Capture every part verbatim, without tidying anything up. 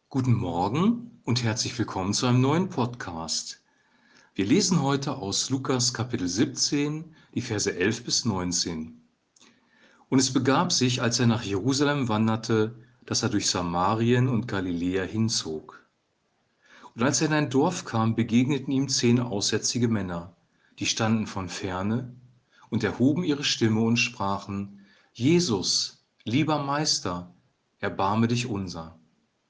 Guten Morgen und herzlich willkommen zu einem neuen Podcast. Wir lesen heute aus Lukas Kapitel siebzehn, die Verse elf bis neunzehn. Und es begab sich, als er nach Jerusalem wanderte, dass er durch Samarien und Galiläa hinzog. Und als er in ein Dorf kam, begegneten ihm zehn aussätzige Männer, die standen von ferne und erhoben ihre Stimme und sprachen: Jesus, lieber Meister, erbarme dich unser.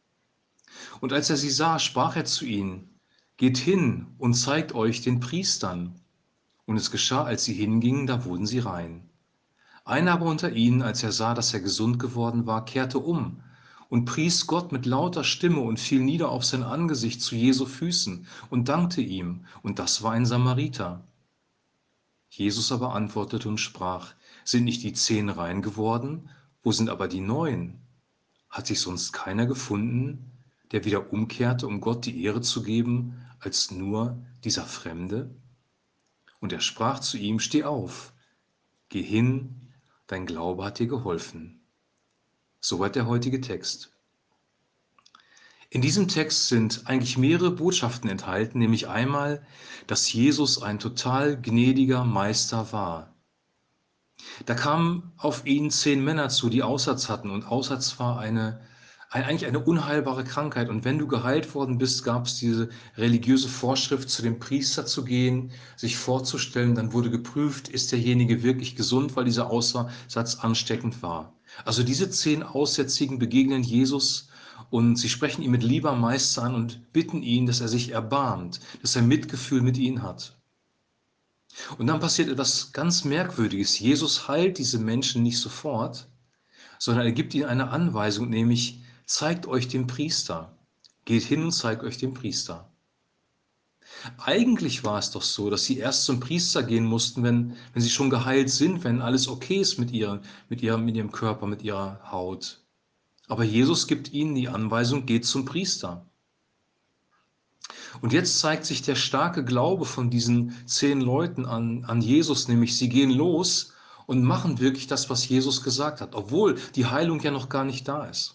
Und als er sie sah, sprach er zu ihnen: Geht hin und zeigt euch den Priestern. Und es geschah, als sie hingingen, da wurden sie rein. Einer aber unter ihnen, als er sah, dass er gesund geworden war, kehrte um und pries Gott mit lauter Stimme und fiel nieder auf sein Angesicht zu Jesu Füßen und dankte ihm. Und das war ein Samariter. Jesus aber antwortete und sprach: Sind nicht die zehn rein geworden? Wo sind aber die neun? Hat sich sonst keiner gefunden, der wieder umkehrte, um Gott die Ehre zu geben, als nur dieser Fremde? Und er sprach zu ihm: Steh auf, geh hin, dein Glaube hat dir geholfen. Soweit der heutige Text. In diesem Text sind eigentlich mehrere Botschaften enthalten, nämlich einmal, dass Jesus ein total gnädiger Meister war. Da kamen auf ihn zehn Männer zu, die Aussatz hatten, und Aussatz war eine, ein, eigentlich eine unheilbare Krankheit. Und wenn du geheilt worden bist, gab es diese religiöse Vorschrift, zu dem Priester zu gehen, sich vorzustellen. Dann wurde geprüft, ist derjenige wirklich gesund, weil dieser Aussatz ansteckend war. Also diese zehn Aussätzigen begegnen Jesus und sie sprechen ihn mit lieber Meister an und bitten ihn, dass er sich erbarmt, dass er Mitgefühl mit ihnen hat. Und dann passiert etwas ganz Merkwürdiges. Jesus heilt diese Menschen nicht sofort, sondern er gibt ihnen eine Anweisung, nämlich: Zeigt euch den Priester. Geht hin und zeigt euch den Priester. Eigentlich war es doch so, dass sie erst zum Priester gehen mussten, wenn, wenn sie schon geheilt sind, wenn alles okay ist mit, ihr, mit, ihrem, mit ihrem Körper, mit ihrer Haut. Aber Jesus gibt ihnen die Anweisung: Geht zum Priester. Und jetzt zeigt sich der starke Glaube von diesen zehn Leuten an, an Jesus, nämlich sie gehen los und machen wirklich das, was Jesus gesagt hat, obwohl die Heilung ja noch gar nicht da ist.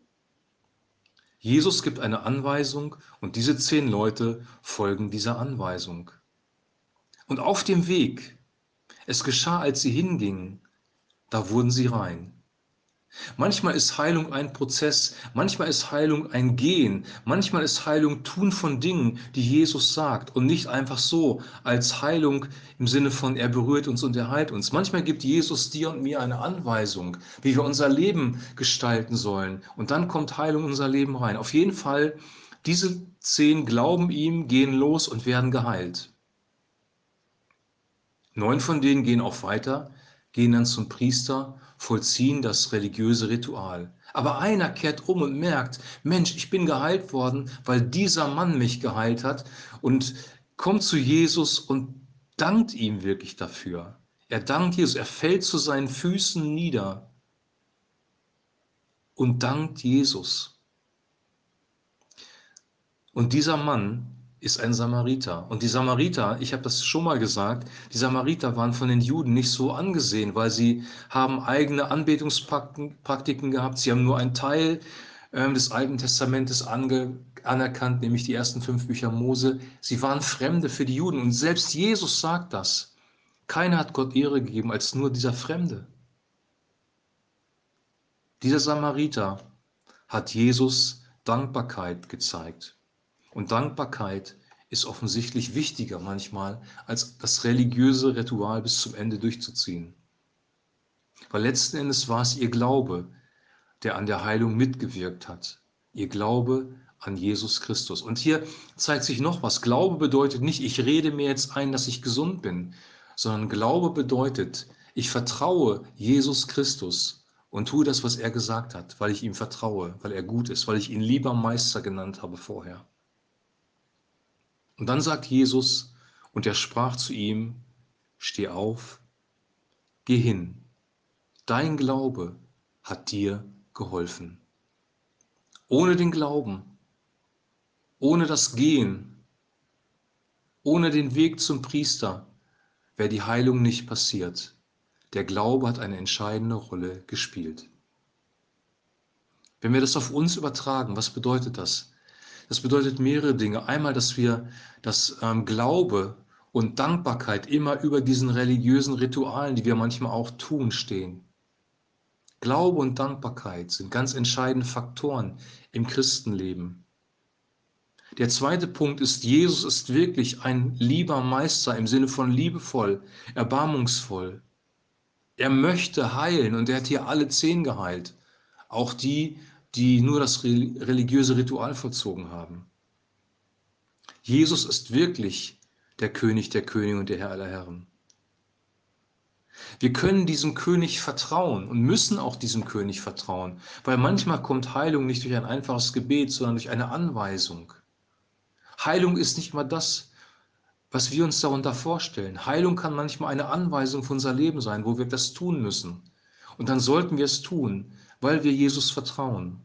Jesus gibt eine Anweisung und diese zehn Leute folgen dieser Anweisung. Und auf dem Weg, es geschah, als sie hingingen, da wurden sie rein. Manchmal ist Heilung ein Prozess, manchmal ist Heilung ein Gehen, manchmal ist Heilung Tun von Dingen, die Jesus sagt, und nicht einfach so als Heilung im Sinne von er berührt uns und er heilt uns. Manchmal gibt Jesus dir und mir eine Anweisung, wie wir unser Leben gestalten sollen, und dann kommt Heilung in unser Leben rein. Auf jeden Fall, diese zehn glauben ihm, gehen los und werden geheilt. Neun von denen gehen auch weiter, gehen dann zum Priester, vollziehen das religiöse Ritual. Aber einer kehrt um und merkt: Mensch, ich bin geheilt worden, weil dieser Mann mich geheilt hat, und kommt zu Jesus und dankt ihm wirklich dafür. Er dankt Jesus, er fällt zu seinen Füßen nieder und dankt Jesus. Und dieser Mann ist ein Samariter. Und die Samariter, ich habe das schon mal gesagt, die Samariter waren von den Juden nicht so angesehen, weil sie haben eigene Anbetungspraktiken gehabt. Sie haben nur einen Teil ähm, des Alten Testamentes ange, anerkannt, nämlich die ersten fünf Bücher Mose. Sie waren Fremde für die Juden. Und selbst Jesus sagt das. Keiner hat Gott Ehre gegeben als nur dieser Fremde. Dieser Samariter hat Jesus Dankbarkeit gezeigt. Und Dankbarkeit ist offensichtlich wichtiger manchmal, als das religiöse Ritual bis zum Ende durchzuziehen. Weil letzten Endes war es ihr Glaube, der an der Heilung mitgewirkt hat. Ihr Glaube an Jesus Christus. Und hier zeigt sich noch was. Glaube bedeutet nicht, ich rede mir jetzt ein, dass ich gesund bin, sondern Glaube bedeutet, ich vertraue Jesus Christus und tue das, was er gesagt hat, weil ich ihm vertraue, weil er gut ist, weil ich ihn lieber Meister genannt habe vorher. Und dann sagt Jesus, und er sprach zu ihm: Steh auf, geh hin, dein Glaube hat dir geholfen. Ohne den Glauben, ohne das Gehen, ohne den Weg zum Priester wäre die Heilung nicht passiert. Der Glaube hat eine entscheidende Rolle gespielt. Wenn wir das auf uns übertragen, was bedeutet das? Das bedeutet mehrere Dinge. Einmal, dass wir das ähm, Glaube und Dankbarkeit immer über diesen religiösen Ritualen, die wir manchmal auch tun, stehen. Glaube und Dankbarkeit sind ganz entscheidende Faktoren im Christenleben. Der zweite Punkt ist, Jesus ist wirklich ein lieber Meister im Sinne von liebevoll, erbarmungsvoll. Er möchte heilen und er hat hier alle zehn geheilt. Auch die, die nur das religiöse Ritual vollzogen haben. Jesus ist wirklich der König der Könige und der Herr aller Herren. Wir können diesem König vertrauen und müssen auch diesem König vertrauen, weil manchmal kommt Heilung nicht durch ein einfaches Gebet, sondern durch eine Anweisung. Heilung ist nicht immer das, was wir uns darunter vorstellen. Heilung kann manchmal eine Anweisung für unser Leben sein, wo wir das tun müssen. Und dann sollten wir es tun, weil wir Jesus vertrauen.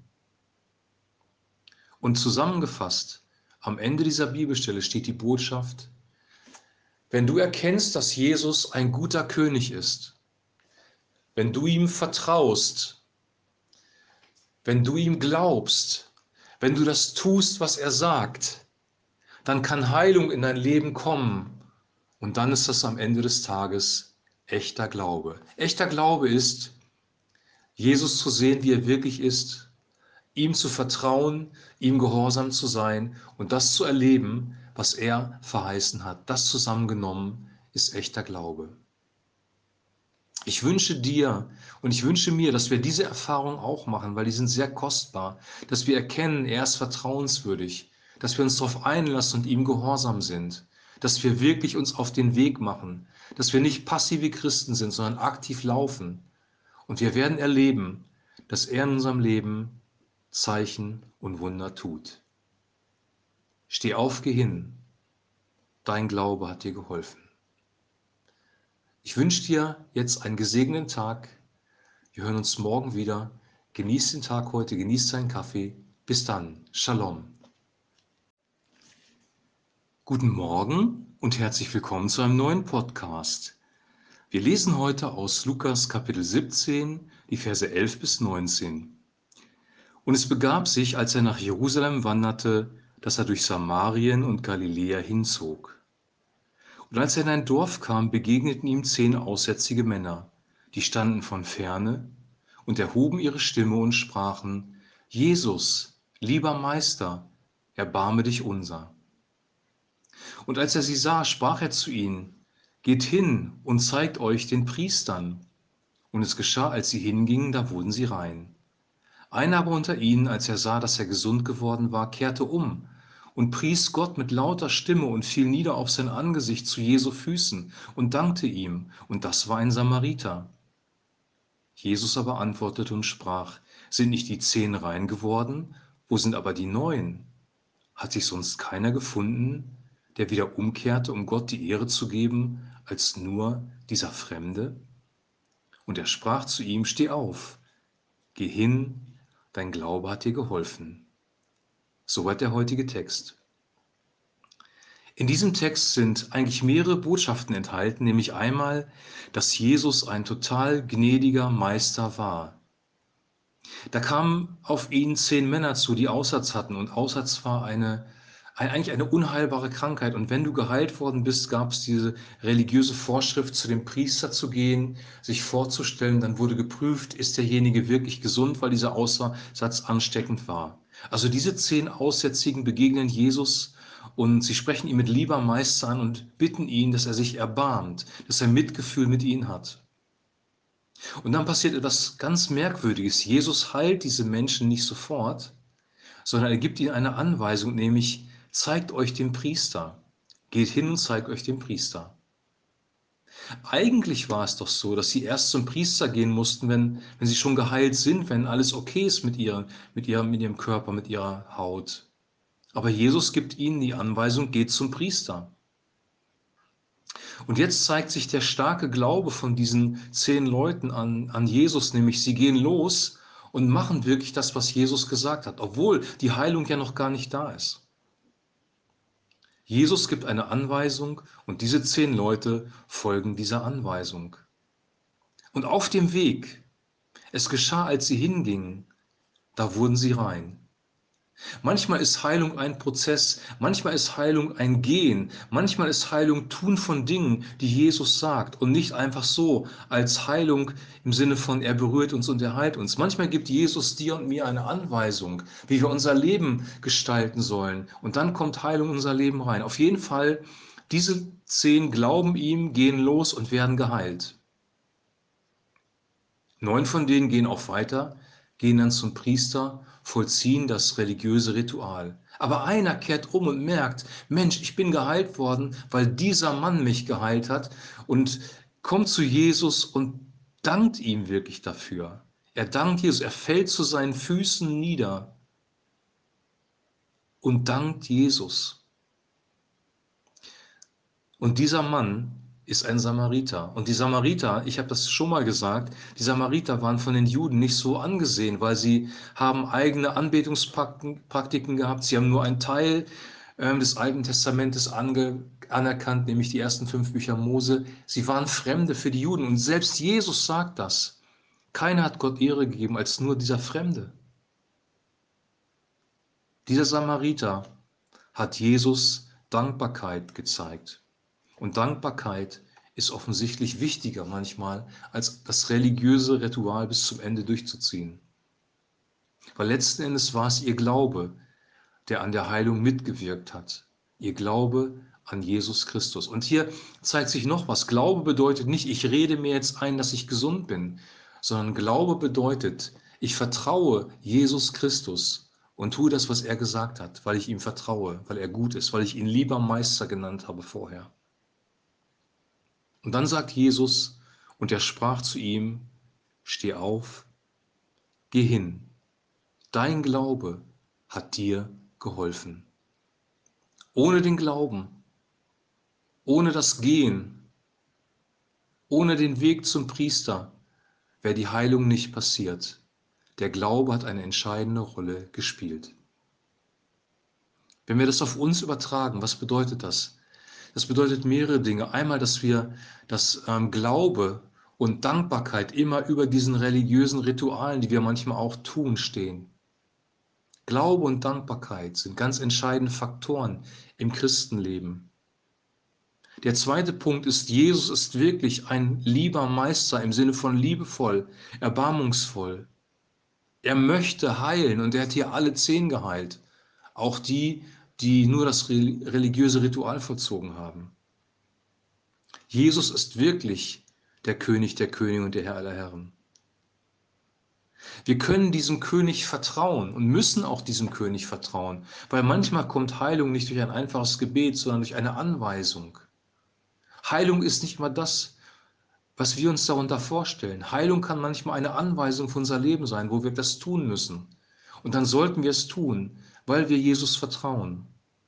Und zusammengefasst, am Ende dieser Bibelstelle steht die Botschaft: Wenn du erkennst, dass Jesus ein guter König ist, wenn du ihm vertraust, wenn du ihm glaubst, wenn du das tust, was er sagt, dann kann Heilung in dein Leben kommen. Und dann ist das am Ende des Tages echter Glaube. Echter Glaube ist, Jesus zu sehen, wie er wirklich ist, ihm zu vertrauen, ihm gehorsam zu sein und das zu erleben, was er verheißen hat. Das zusammengenommen ist echter Glaube. Ich wünsche dir und ich wünsche mir, dass wir diese Erfahrung auch machen, weil die sind sehr kostbar, dass wir erkennen, er ist vertrauenswürdig, dass wir uns darauf einlassen und ihm gehorsam sind, dass wir wirklich uns auf den Weg machen, dass wir nicht passive Christen sind, sondern aktiv laufen. Und wir werden erleben, dass er in unserem Leben Zeichen und Wunder tut. Steh auf, geh hin. Dein Glaube hat dir geholfen. Ich wünsche dir jetzt einen gesegneten Tag. Wir hören uns morgen wieder. Genieß den Tag heute, genieß deinen Kaffee. Bis dann. Shalom. Guten Morgen und herzlich willkommen zu einem neuen Podcast. Wir lesen heute aus Lukas Kapitel siebzehn, die Verse elf bis neunzehn. Und es begab sich, als er nach Jerusalem wanderte, dass er durch Samarien und Galiläa hinzog. Und als er in ein Dorf kam, begegneten ihm zehn aussätzige Männer, die standen von ferne und erhoben ihre Stimme und sprachen: Jesus, lieber Meister, erbarme dich unser. Und als er sie sah, sprach er zu ihnen: Geht hin und zeigt euch den Priestern. Und es geschah, als sie hingingen, da wurden sie rein. Einer aber unter ihnen, als er sah, dass er gesund geworden war, kehrte um und pries Gott mit lauter Stimme und fiel nieder auf sein Angesicht zu Jesu Füßen und dankte ihm. Und das war ein Samariter. Jesus aber antwortete und sprach: Sind nicht die zehn rein geworden? Wo sind aber die neun? Hat sich sonst keiner gefunden, der wieder umkehrte, um Gott die Ehre zu geben, als nur dieser Fremde? Und er sprach zu ihm: Steh auf, geh hin, dein Glaube hat dir geholfen. Soweit der heutige Text. In diesem Text sind eigentlich mehrere Botschaften enthalten, nämlich einmal, dass Jesus ein total gnädiger Meister war. Da kamen auf ihn zehn Männer zu, die Aussatz hatten, und Aussatz war eine, ein, eigentlich eine unheilbare Krankheit. Und wenn du geheilt worden bist, gab es diese religiöse Vorschrift, zu dem Priester zu gehen, sich vorzustellen. Dann wurde geprüft, ist derjenige wirklich gesund, weil dieser Aussatz ansteckend war. Also diese zehn Aussätzigen begegnen Jesus und sie sprechen ihn mit lieber Meister an und bitten ihn, dass er sich erbarmt, dass er Mitgefühl mit ihnen hat. Und dann passiert etwas ganz Merkwürdiges. Jesus heilt diese Menschen nicht sofort, sondern er gibt ihnen eine Anweisung, nämlich: Zeigt euch den Priester. Geht hin und zeigt euch den Priester. Eigentlich war es doch so, dass sie erst zum Priester gehen mussten, wenn, wenn sie schon geheilt sind, wenn alles okay ist mit, ihr, mit, ihrem, mit ihrem Körper, mit ihrer Haut. Aber Jesus gibt ihnen die Anweisung: Geht zum Priester. Und jetzt zeigt sich der starke Glaube von diesen zehn Leuten an, an Jesus, nämlich sie gehen los und machen wirklich das, was Jesus gesagt hat, obwohl die Heilung ja noch gar nicht da ist. Jesus gibt eine Anweisung und diese zehn Leute folgen dieser Anweisung. Und auf dem Weg, es geschah, als sie hingingen, Da wurden sie rein. Manchmal ist Heilung ein Prozess, manchmal ist Heilung ein Gehen, manchmal ist Heilung Tun von Dingen, die Jesus sagt und nicht einfach so als Heilung im Sinne von er berührt uns und er heilt uns. Manchmal gibt Jesus dir und mir eine Anweisung, wie wir unser Leben gestalten sollen und dann kommt Heilung in unser Leben rein. Auf jeden Fall, diese zehn glauben ihm, gehen los und werden geheilt. Neun von denen gehen auch weiter, gehen dann zum Priester, vollziehen das religiöse Ritual. Aber einer kehrt um und merkt, Mensch, ich bin geheilt worden, weil dieser Mann mich geheilt hat und kommt zu Jesus und dankt ihm wirklich dafür. Er dankt Jesus, er fällt zu seinen Füßen nieder und dankt Jesus. Und dieser Mann ist ein Samariter. Und die Samariter, ich habe das schon mal gesagt, die Samariter waren von den Juden nicht so angesehen, weil sie haben eigene Anbetungspraktiken gehabt. Sie haben nur einen Teil ähm, des Alten Testamentes ange, anerkannt, nämlich die ersten fünf Bücher Mose. Sie waren Fremde für die Juden. Und selbst Jesus sagt das. Keiner hat Gott Ehre gegeben als nur dieser Fremde. Dieser Samariter hat Jesus Dankbarkeit gezeigt. Und Dankbarkeit ist offensichtlich wichtiger manchmal, als das religiöse Ritual bis zum Ende durchzuziehen. Weil letzten Endes war es ihr Glaube, der an der Heilung mitgewirkt hat. Ihr Glaube an Jesus Christus. Und hier zeigt sich noch was. Glaube bedeutet nicht, ich rede mir jetzt ein, dass ich gesund bin, sondern Glaube bedeutet, ich vertraue Jesus Christus und tue das, was er gesagt hat, weil ich ihm vertraue, weil er gut ist, weil ich ihn lieber Meister genannt habe vorher. Und dann sagt Jesus, und er sprach zu ihm, steh auf, geh hin, dein Glaube hat dir geholfen. Ohne den Glauben, ohne das Gehen, ohne den Weg zum Priester wäre die Heilung nicht passiert. Der Glaube hat eine entscheidende Rolle gespielt. Wenn wir das auf uns übertragen, was bedeutet das? Das bedeutet mehrere Dinge. Einmal, dass wir das ähm, Glaube und Dankbarkeit immer über diesen religiösen Ritualen, die wir manchmal auch tun, stehen. Glaube und Dankbarkeit sind ganz entscheidende Faktoren im Christenleben. Der zweite Punkt ist, Jesus ist wirklich ein lieber Meister im Sinne von liebevoll, erbarmungsvoll. Er möchte heilen und er hat hier alle zehn geheilt. Auch die, die nur das religiöse Ritual vollzogen haben. Jesus ist wirklich der König der Könige und der Herr aller Herren. Wir können diesem König vertrauen und müssen auch diesem König vertrauen, weil manchmal kommt Heilung nicht durch ein einfaches Gebet, sondern durch eine Anweisung. Heilung ist nicht immer das, was wir uns darunter vorstellen. Heilung kann manchmal eine Anweisung für unser Leben sein, wo wir das tun müssen. Und dann sollten wir es tun, weil wir Jesus vertrauen.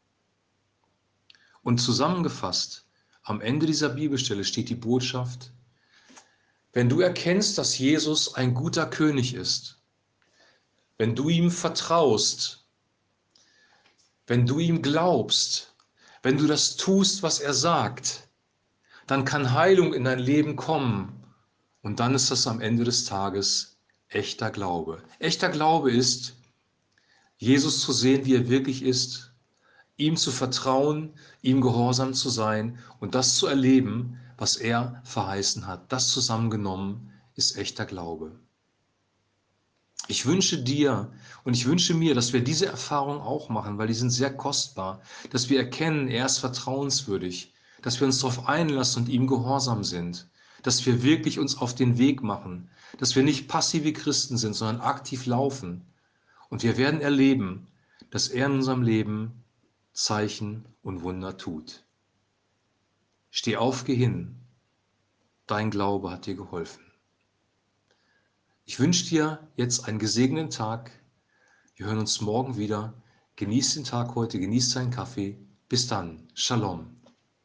Und zusammengefasst, am Ende dieser Bibelstelle steht die Botschaft: Wenn du erkennst, dass Jesus ein guter König ist, wenn du ihm vertraust, wenn du ihm glaubst, wenn du das tust, was er sagt, dann kann Heilung in dein Leben kommen. Und dann ist das am Ende des Tages echter Glaube. Echter Glaube ist, Jesus zu sehen, wie er wirklich ist, ihm zu vertrauen, ihm gehorsam zu sein und das zu erleben, was er verheißen hat. Das zusammengenommen ist echter Glaube. Ich wünsche dir und ich wünsche mir, dass wir diese Erfahrung auch machen, weil die sind sehr kostbar, dass wir erkennen, er ist vertrauenswürdig, dass wir uns darauf einlassen und ihm gehorsam sind, dass wir wirklich uns auf den Weg machen, dass wir nicht passive Christen sind, sondern aktiv laufen. Und wir werden erleben, dass er in unserem Leben Zeichen und Wunder tut. Steh auf, geh hin. Dein Glaube hat dir geholfen. Ich wünsche dir jetzt einen gesegneten Tag. Wir hören uns morgen wieder. Genieß den Tag heute, genieß deinen Kaffee. Bis dann. Shalom.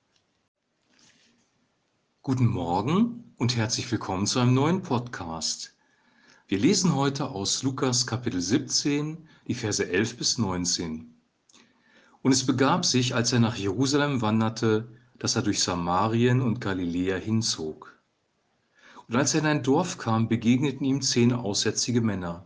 Guten Morgen und herzlich willkommen zu einem neuen Podcast. Wir lesen heute aus Lukas Kapitel siebzehn, die Verse elf bis neunzehn. Und es begab sich, als er nach Jerusalem wanderte, dass er durch Samarien und Galiläa hinzog. Und als er in ein Dorf kam, begegneten ihm zehn aussätzige Männer,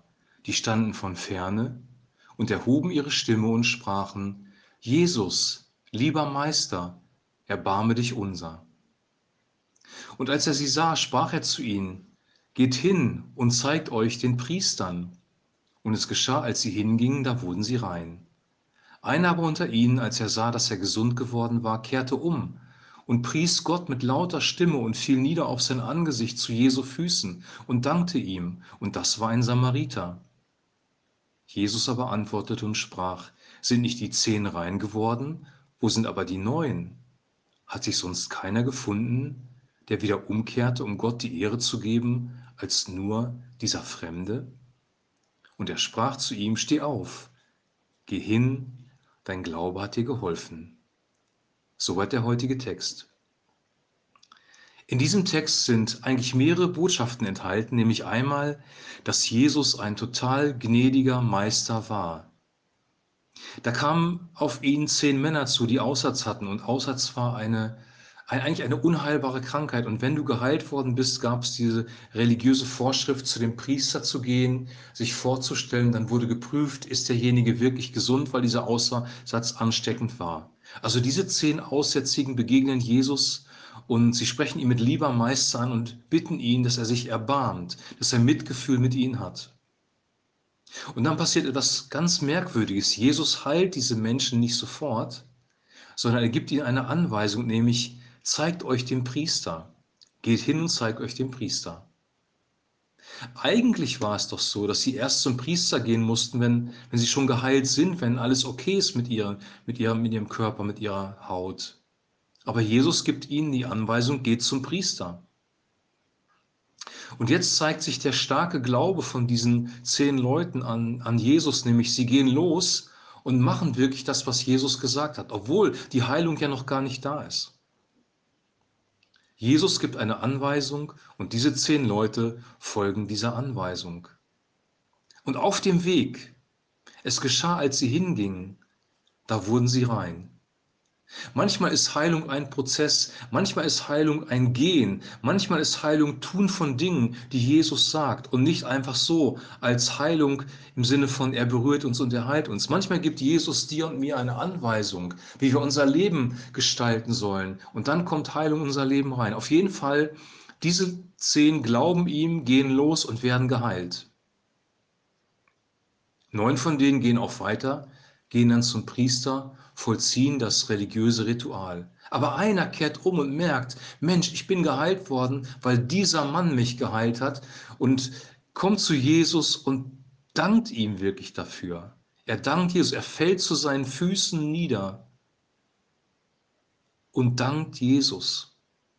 Die standen von ferne und erhoben ihre Stimme und sprachen: Jesus, lieber Meister, erbarme dich unser. Und als er sie sah, sprach er zu ihnen: Geht hin und zeigt euch den Priestern. Und es geschah, als sie hingingen, da wurden sie rein. Einer aber unter ihnen, als er sah, dass er gesund geworden war, kehrte um und pries Gott mit lauter Stimme und fiel nieder auf sein Angesicht zu Jesu Füßen und dankte ihm. Und das war ein Samariter. Jesus aber antwortete und sprach: Sind nicht die zehn rein geworden? Wo sind aber die neun? Hat sich sonst keiner gefunden, der wieder umkehrte, um Gott die Ehre zu geben, als nur dieser Fremde? Und er sprach zu ihm: Steh auf, geh hin, dein Glaube hat dir geholfen. Soweit der heutige Text. In diesem Text sind eigentlich mehrere Botschaften enthalten, nämlich einmal, dass Jesus ein total gnädiger Meister war. Da kamen auf ihn zehn Männer zu, die Aussatz hatten, und Aussatz war eine, ein, eigentlich eine unheilbare Krankheit. Und wenn du geheilt worden bist, gab es diese religiöse Vorschrift, zu dem Priester zu gehen, sich vorzustellen. Dann wurde geprüft, ist derjenige wirklich gesund, weil dieser Aussatz ansteckend war. Also diese zehn Aussätzigen begegnen Jesus und sie sprechen ihn mit lieber Meister an und bitten ihn, dass er sich erbarmt, dass er Mitgefühl mit ihnen hat. Und dann passiert etwas ganz Merkwürdiges. Jesus heilt diese Menschen nicht sofort, sondern er gibt ihnen eine Anweisung, nämlich: Zeigt euch den Priester. Geht hin und zeigt euch den Priester. Eigentlich war es doch so, dass sie erst zum Priester gehen mussten, wenn, wenn sie schon geheilt sind, wenn alles okay ist mit, ihr, mit, ihrem, mit ihrem Körper, mit ihrer Haut. Aber Jesus gibt ihnen die Anweisung: Geht zum Priester. Und jetzt zeigt sich der starke Glaube von diesen zehn Leuten an, an Jesus, nämlich sie gehen los und machen wirklich das, was Jesus gesagt hat, obwohl die Heilung ja noch gar nicht da ist. Jesus gibt eine Anweisung und diese zehn Leute folgen dieser Anweisung. Und auf dem Weg, es geschah, als sie hingingen, da wurden sie rein. Manchmal ist Heilung ein Prozess, manchmal ist Heilung ein Gehen, manchmal ist Heilung Tun von Dingen, die Jesus sagt, und nicht einfach so als Heilung im Sinne von er berührt uns und er heilt uns. Manchmal gibt Jesus dir und mir eine Anweisung, wie wir unser Leben gestalten sollen, und dann kommt Heilung in unser Leben rein. Auf jeden Fall, diese zehn glauben ihm, gehen los und werden geheilt. Neun von denen gehen auch weiter, gehen dann zum Priester, vollziehen das religiöse Ritual. Aber einer kehrt um und merkt: Mensch, ich bin geheilt worden, weil dieser Mann mich geheilt hat, und kommt zu Jesus und dankt ihm wirklich dafür. Er dankt Jesus, er fällt zu seinen Füßen nieder und dankt Jesus.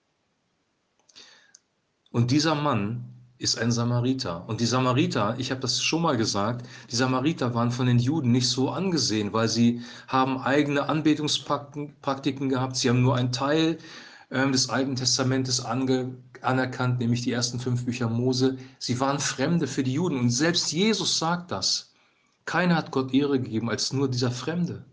Und dieser Mann ist ein Samariter. Und die Samariter, ich habe das schon mal gesagt, die Samariter waren von den Juden nicht so angesehen, weil sie haben eigene Anbetungspraktiken gehabt. Sie haben nur einen Teil äh, des Alten Testamentes ange, anerkannt, nämlich die ersten fünf Bücher Mose. Sie waren Fremde für die Juden. Und selbst Jesus sagt das. Keiner hat Gott Ehre gegeben als nur dieser Fremde.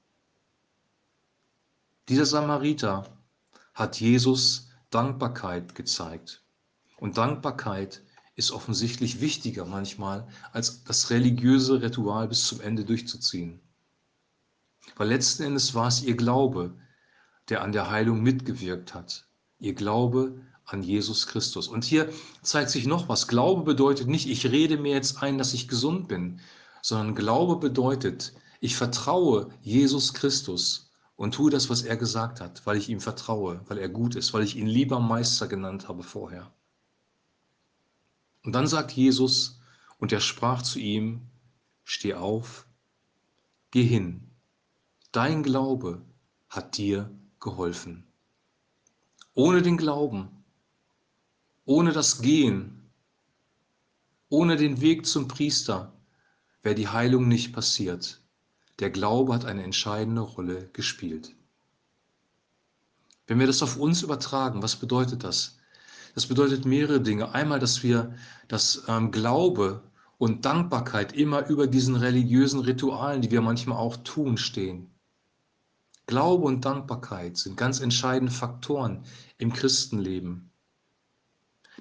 Dieser Samariter hat Jesus Dankbarkeit gezeigt. Und Dankbarkeit ist offensichtlich wichtiger manchmal, als das religiöse Ritual bis zum Ende durchzuziehen. Weil letzten Endes war es ihr Glaube, der an der Heilung mitgewirkt hat. Ihr Glaube an Jesus Christus. Und hier zeigt sich noch was. Glaube bedeutet nicht, ich rede mir jetzt ein, dass ich gesund bin, sondern Glaube bedeutet, ich vertraue Jesus Christus und tue das, was er gesagt hat, weil ich ihm vertraue, weil er gut ist, weil ich ihn lieber Meister genannt habe vorher. Und dann sagt Jesus, und er sprach zu ihm: Steh auf, geh hin, dein Glaube hat dir geholfen. Ohne den Glauben, ohne das Gehen, ohne den Weg zum Priester wäre die Heilung nicht passiert. Der Glaube hat eine entscheidende Rolle gespielt. Wenn wir das auf uns übertragen, was bedeutet das? Das bedeutet mehrere Dinge. Einmal, dass wir das ähm, Glaube und Dankbarkeit immer über diesen religiösen Ritualen, die wir manchmal auch tun, stehen. Glaube und Dankbarkeit sind ganz entscheidende Faktoren im Christenleben.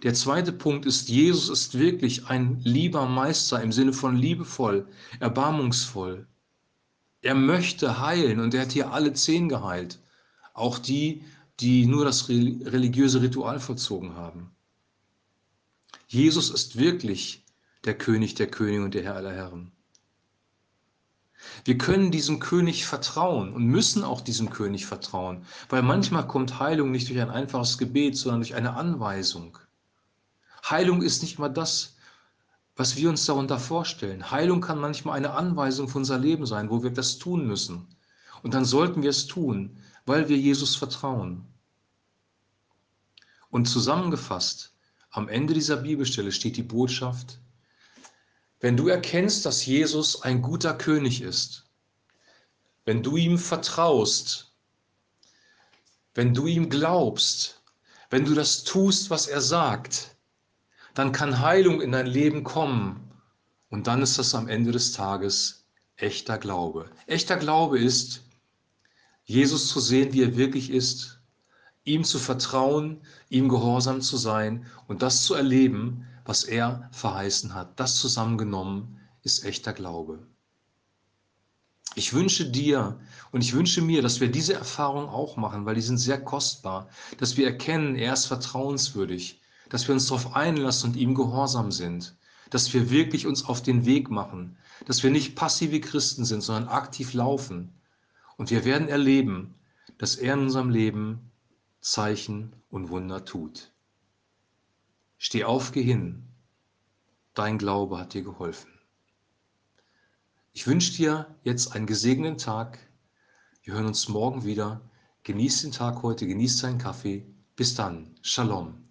Der zweite Punkt ist, Jesus ist wirklich ein lieber Meister im Sinne von liebevoll, erbarmungsvoll. Er möchte heilen und er hat hier alle zehn geheilt. Auch die, die nur das religiöse Ritual vollzogen haben. Jesus ist wirklich der König der Könige und der Herr aller Herren. Wir können diesem König vertrauen und müssen auch diesem König vertrauen, weil manchmal kommt Heilung nicht durch ein einfaches Gebet, sondern durch eine Anweisung. Heilung ist nicht immer das, was wir uns darunter vorstellen. Heilung kann manchmal eine Anweisung für unser Leben sein, wo wir das tun müssen. Und dann sollten wir es tun, weil wir Jesus vertrauen. Und zusammengefasst, am Ende dieser Bibelstelle steht die Botschaft: Wenn du erkennst, dass Jesus ein guter König ist, wenn du ihm vertraust, wenn du ihm glaubst, wenn du das tust, was er sagt, dann kann Heilung in dein Leben kommen. Und dann ist das am Ende des Tages echter Glaube. Echter Glaube ist, Jesus zu sehen, wie er wirklich ist, ihm zu vertrauen, ihm gehorsam zu sein und das zu erleben, was er verheißen hat. Das zusammengenommen ist echter Glaube. Ich wünsche dir und ich wünsche mir, dass wir diese Erfahrung auch machen, weil die sind sehr kostbar, dass wir erkennen, er ist vertrauenswürdig, dass wir uns darauf einlassen und ihm gehorsam sind, dass wir wirklich uns auf den Weg machen, dass wir nicht passive Christen sind, sondern aktiv laufen. Und wir werden erleben, dass er in unserem Leben Zeichen und Wunder tut. Steh auf, geh hin. Dein Glaube hat dir geholfen. Ich wünsche dir jetzt einen gesegneten Tag. Wir hören uns morgen wieder. Genieß den Tag heute, genieß deinen Kaffee. Bis dann. Shalom.